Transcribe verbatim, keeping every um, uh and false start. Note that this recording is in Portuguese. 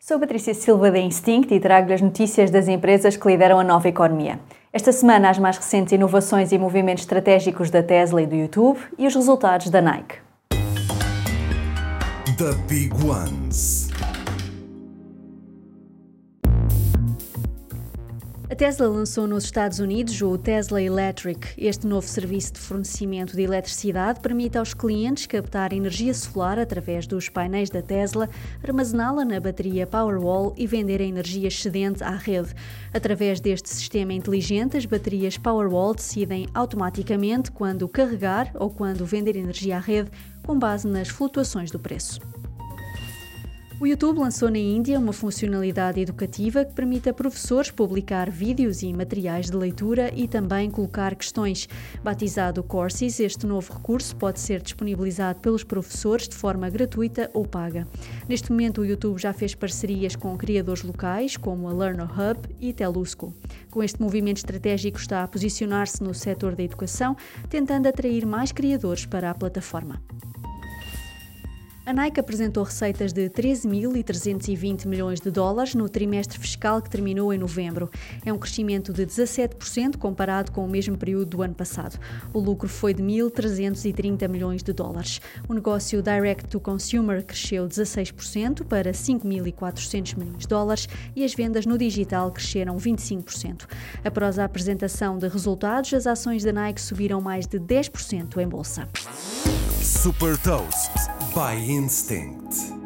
Sou Patrícia Silva da Instinct e trago-lhe as notícias das empresas que lideram a nova economia. Esta semana, as mais recentes inovações e movimentos estratégicos da Tesla e do YouTube e os resultados da Nike. The Big Ones. A Tesla lançou nos Estados Unidos o Tesla Electric. Este novo serviço de fornecimento de eletricidade permite aos clientes captar energia solar através dos painéis da Tesla, armazená-la na bateria Powerwall e vender a energia excedente à rede. Através deste sistema inteligente, as baterias Powerwall decidem automaticamente quando carregar ou quando vender energia à rede, com base nas flutuações do preço. O YouTube lançou na Índia uma funcionalidade educativa que permite a professores publicar vídeos e materiais de leitura e também colocar questões. Batizado Courses, este novo recurso pode ser disponibilizado pelos professores de forma gratuita ou paga. Neste momento, o YouTube já fez parcerias com criadores locais, como a Learner Hub e Telusco. Com este movimento estratégico, está a posicionar-se no setor da educação, tentando atrair mais criadores para a plataforma. A Nike apresentou receitas de treze mil trezentos e vinte milhões de dólares no trimestre fiscal que terminou em novembro. É um crescimento de dezassete por cento comparado com o mesmo período do ano passado. O lucro foi de mil trezentos e trinta milhões de dólares. O negócio Direct to Consumer cresceu dezasseis por cento para cinco mil e quatrocentos milhões de dólares e as vendas no digital cresceram vinte e cinco por cento. Após a apresentação de resultados, as ações da Nike subiram mais de dez por cento em bolsa. Super Toast by Instinct.